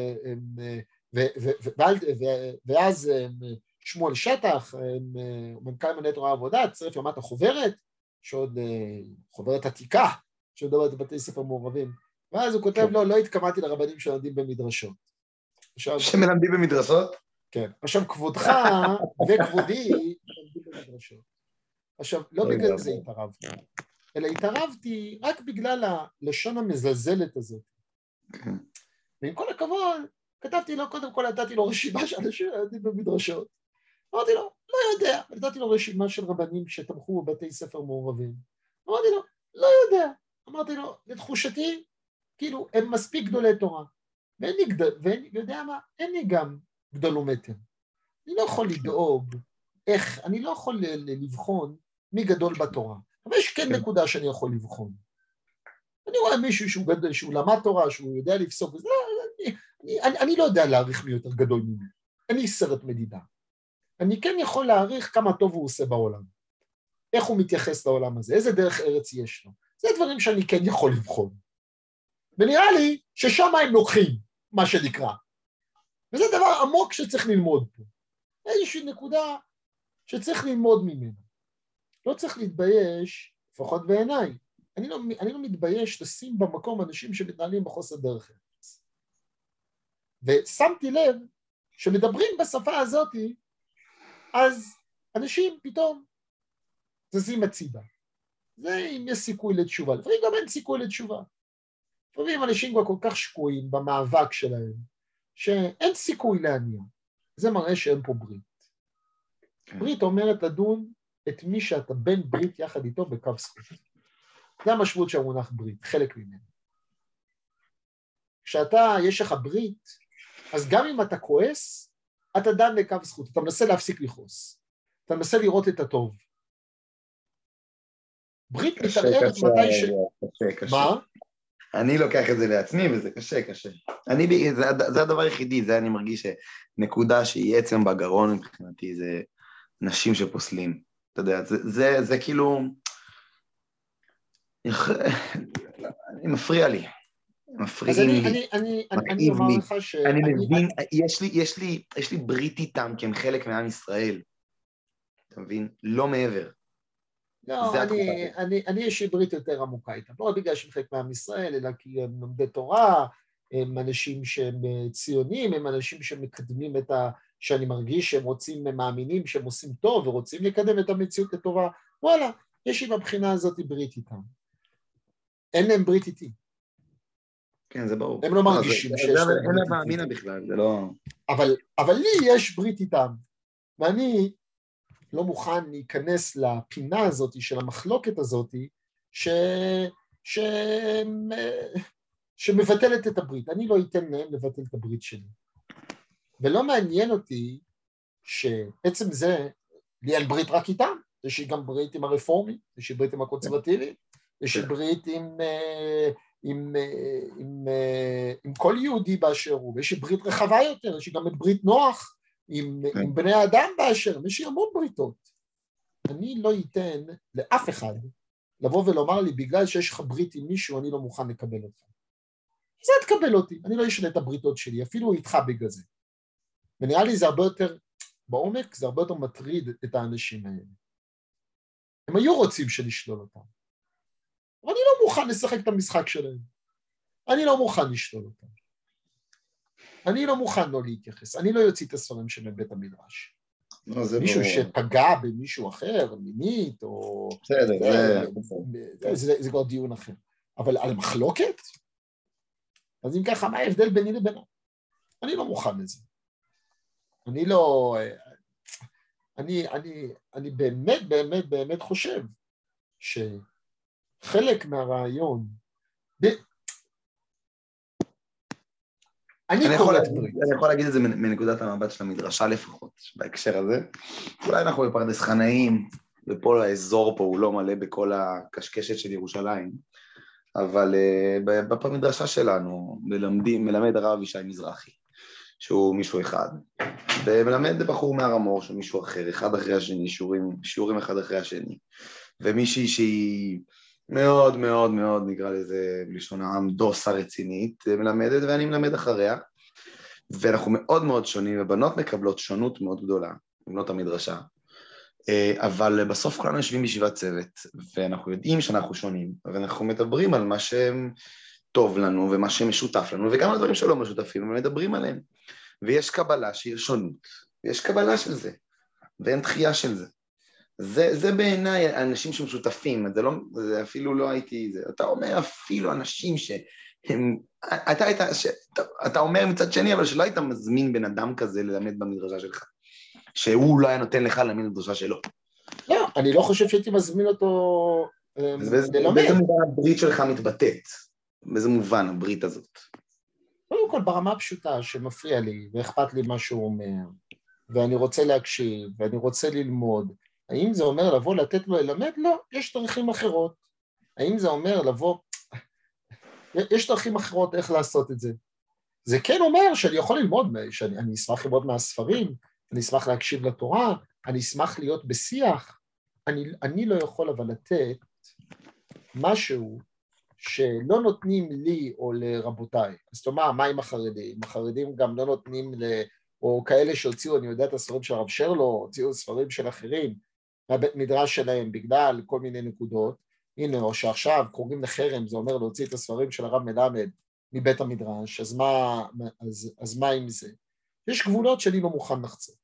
ואז שמואל שטח, מנכ"ל נאמני תורה ועבודה, צריך לרמת החוברת, שעוד חוברת עתיקה, שמדברת בבתי ספר מעורבים, ואז הוא כותב, לא התכוונתי לרבנים שלומדים במדרשות.
שמלמדים במדרשות?
כן. עכשיו, כבודך וכבודי מלמדים במדרשות. עכשיו, לא בגלל זה התערבתי, אלא התערבתי רק בגלל הלשון המזלזלת הזאת. ועם כל הכבוד, כתבתי לו, קודם כל נתתי לו רשימה של אנשים שלומדים במדרשות. אמרתי לו, לא יודע, נתתי לו רשימה של רבנים שתמכו בבתי ספר מעורבים. אמרתי לו, לא יודע. אמרתי לו, לתחושתי, כאילו, הם מספיק גדולי תורה. ואני יודע מה, אין לי גם גדולומטר. אני לא יכול לדאוג איך, אני לא יכול לבחון מי גדול בתורה. אבל יש כן נקודה שאני יכול לבחון. אני רואה מישהו שהוא למד תורה, שהוא יודע לפסוק, אני לא יודע להעריך מי יותר גדול ממנו. אין לי סרט מדידה. אני כן יכול להעריך כמה טוב הוא עושה בעולם. איך הוא מתייחס לעולם הזה, איזה דרך ארץ יש לו. זה דברים שאני כן יכול לבחון. ונראה לי ששם הם לוקחים, מה שנקרא. וזה דבר עמוק שצריך ללמוד פה. איזושהי נקודה שצריך ללמוד ממנו. לא צריך להתבייש, לפחות בעיניי. אני לא מתבייש לשים במקום אנשים שמתנהלים בחוסר דרך ארץ. ושמתי לב שמדברים בשפה הזאת, אז אנשים פתאום זזים הצידה. זה אם יש סיכוי לתשובה. לפעמים גם אין סיכוי לתשובה. לפעמים אנשים כבר כל כך שקועים במאבק שלהם, שאין סיכוי להניע. זה מראה שאין פה ברית. ברית אומרת לדון את מי שאתה בן ברית יחד איתו בקו זכות. זה המשמעות של המונח ברית, חלק ממנו. כשאתה, יש לך ברית, אז גם אם אתה כועס, אתה דן לקו זכות, אתה מנסה להפסיק לכעוס, אתה מנסה לראות את הטוב. ברית מתערערת מתי ש...
קשה. מה? אני לוקח את זה לעצמי וזה קשה. זה הדבר היחידי, זה אני מרגיש שנקודה שהיא עצם בגרון מבחינתי, זה נשים שפוסלים. אתה יודע, זה כאילו... מפריע לי. מפריעים לי.
אני אומר לך ש...
אני מבין, יש לי ברית איתם כי הם חלק מעם ישראל. אתה מבין? לא מעבר.
לא, אני יש לי ברית יותר עמוקה איתם. לא רק בגלל שהם חלק מעם ישראל, אלא כי הם לומדי תורה, הם אנשים שהם ציונים, הם אנשים שמקדמים את ה... שאני מרגיש שהם רוצים, הם מאמינים שהם עושים טוב ורוצים לקדם את המציאות לטובה. וואלה, יש לי בבחינה הזאת ברית איתם. אין להם ברית איתי.
כן, זה ברור.
הם לא מרגישים שיש להם ברית איתי.
אין לה מאמינה בכלל, זה לא...
אבל לי יש ברית איתם, ואני לא מוכן להיכנס לפינה הזאת של המחלוקת הזאת, שמבטלת את הברית. אני לא אתן להם לבטל את הברית שלי. ולא מעניין אותי שעצם זה, לי אין ברית רק איתם, יש לי גם ברית עם הרפורמים, יש לי ברית עם הקונסרבטיבים, יש לי ברית עם כל יהודי באשר הוא, ויש לי ברית רחבה יותר, יש לי גם את ברית נוח, עם בני האדם באשר, יש לי המון בריתות. אני לא אתן לאף אחד לבוא ולומר לי, בגלל שיש לך ברית עם מישהו, אני לא מוכן לקבל אותך. זה תקבל אותי, אני לא אשנה את הבריתות שלי, אפילו איתך בגלל זה. ונראה לי זה הרבה יותר, בעומק, זה הרבה יותר מטריד את האנשים האלה. הם היו רוצים שנשלול אותם. אבל אני לא מוכן לשחק את המשחק שלהם. אני לא מוכן לשלול אותם. אני לא מוכן לא להתייחס. אני לא יוציא את הספרים של בית המדרש. מישהו שפגע במישהו אחר, מינית, או... זה כבר דיון אחר. אבל על מחלוקת? אז אם ככה, מה ההבדל ביני לבינו? אני לא מוכן לזה. אני לא... אני באמת, באמת, באמת חושב שחלק מהרעיון...
אני יכול להגיד את זה מנקודת המבט של המדרשה לפחות, בהקשר הזה. אולי אנחנו בפרדס חנאים, ופה האזור פה הוא לא מלא בכל הקשקשת של ירושלים, אבל במדרשה שלנו מלמד הרב ישי מזרחי, שהוא מישהו אחד, ומלמד בחור מהרמור שהוא מישהו אחר, אחד אחרי השני, שיעורים אחד אחרי השני, ומישהי שהיא מאוד מאוד מאוד, נקרא לזה בלשון העם, דוסה רצינית, מלמדת, ואני מלמד אחריה, ואנחנו מאוד מאוד שונים, ובנות מקבלות שונות מאוד גדולה, בנות המדרשה, אבל בסוף כולנו יושבים בישיבת צוות, ואנחנו יודעים שאנחנו שונים, ואנחנו מדברים על מה שטוב לנו, ומה שמשותף לנו, וגם על דברים שלא משותפים, ומדברים עליהם. ויש קבלה שהיא שונות, ויש קבלה של זה, ואין דחייה של זה. זה בעיניי אנשים שמשותפים, זה אפילו לא הייתי, אתה אומר אפילו אנשים שהם, אתה אומר מצד שני, אבל שלא היית מזמין בן אדם כזה ללמד במדרשה שלך, שהוא לא היה נותן לך ללמד במדרשה שלו.
לא, אני לא חושב שהייתי מזמין אותו ללמד.
באיזה מובן הברית שלך מתבטאת? באיזה מובן הברית הזאת?
קודם כל ברמה פשוטה שמפריע לי, ואכפת לי מה שהוא אומר, ואני רוצה להקשיב, ואני רוצה ללמוד. האם זה אומר לבוא לתת לו ללמד? לא, יש דרכים אחרות. האם זה אומר לבוא... יש דרכים אחרות איך לעשות את זה. זה כן אומר שאני יכול ללמוד, שאני אשמח ללמוד מהספרים, אני אשמח להקשיב לתורה, אני אשמח להיות בשיח. אני לא יכול אבל לתת משהו שלא נותנים לי או לרבותיי. אז תאמר, מה עם החרדים? החרדים גם לא נותנים או כאלה שהוציאו, אני יודע את הספרים של הרב שרלו, הוציאו ספרים של אחרים, מהבית מדרש שלהם בגלל כל מיני נקודות, הנה, או שעכשיו קוראים לחרם, זה אומר להוציא את הספרים של הרב מלמד מבית המדרש, אז מה עם זה? יש גבולות שאני לא מוכן לחצות.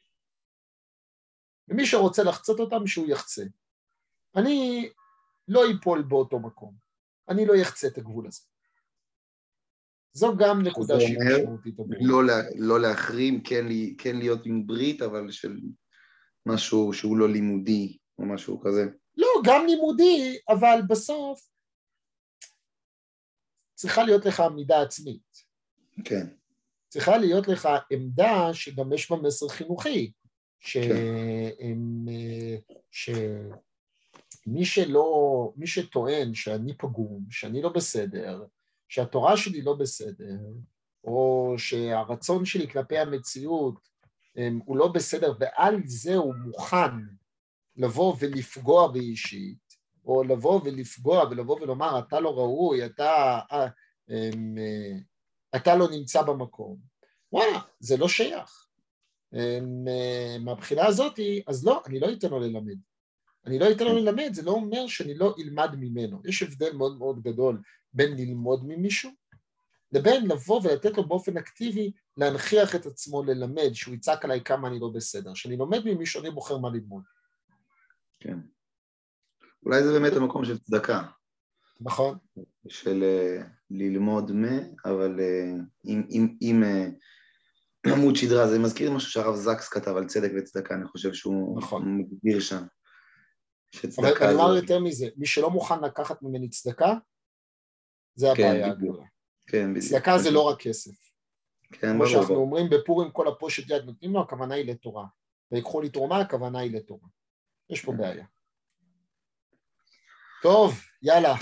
ומי שרוצה לחצות אותם, שהוא יחצה. אני לא איפול באותו מקום. אני לא יחצה את הגבול הזה. זו גם נקודה שהיא משמעותית.
לא להחרים, כן להיות עם ברית, אבל של משהו שהוא לא לימודי, או משהו כזה.
לא, גם לימודי, אבל בסוף צריכה להיות לך עמידה עצמית.
כן.
צריכה להיות לך עמדה שגם יש בה מסר חינוכי, מי שטוען שאני פגום, שאני לא בסדר, שהתורה שלי לא בסדר, או שהרצון שלי כלפי המציאות הוא לא בסדר, ועל זה הוא מוכן לבוא ולפגוע באישית, או לבוא ולפגוע ולבוא ולומר, אתה לא ראוי, אתה לא נמצא במקום. וואלה, זה לא שייך. מהבחינה הזאת, אז לא, אני לא אתן לו ללמד. אני לא אתן לו ללמד, זה לא אומר שאני לא אלמד ממנו. יש הבדל מאוד מאוד גדול בין ללמוד ממישהו, לבין לבוא ולתת לו באופן אקטיבי להנכיח את עצמו ללמד, שהוא יצעק עליי כמה אני לא בסדר. שאני לומד ממישהו, אני בוחר מה ללמוד.
כן. אולי זה באמת המקום של צדקה.
נכון.
של ללמוד אבל עם עמוד שדרה, זה מזכיר משהו שהרב זקס כתב על צדק וצדקה, אני חושב שהוא מגדיר שם.
אבל אני אומר יותר מזה, מי שלא מוכן לקחת ממני צדקה, זה הבעיה הגדולה. צדקה זה לא רק כסף. כמו שאנחנו אומרים בפורים, כל הפושט יד נותנים לו, הכוונה היא לתורה. ויקחו לי תרומה, הכוונה היא לתורה. יש פה בעיה. טוב, יאללה.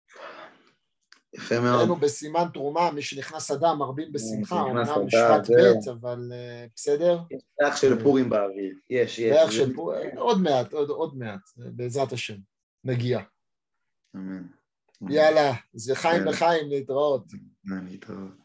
יפה מאוד.
היינו בסימן תרומה, מי שנכנס אדם מרבים בשמחה, אומנם משפט ב', אבל בסדר.
יש ריח של פורים באוויר. יש.
ריח של פורים, עוד מעט, בעזרת השם. נגיע.
אמן.
יאללה, זה חיים לחיים, להתראות.
להתראות.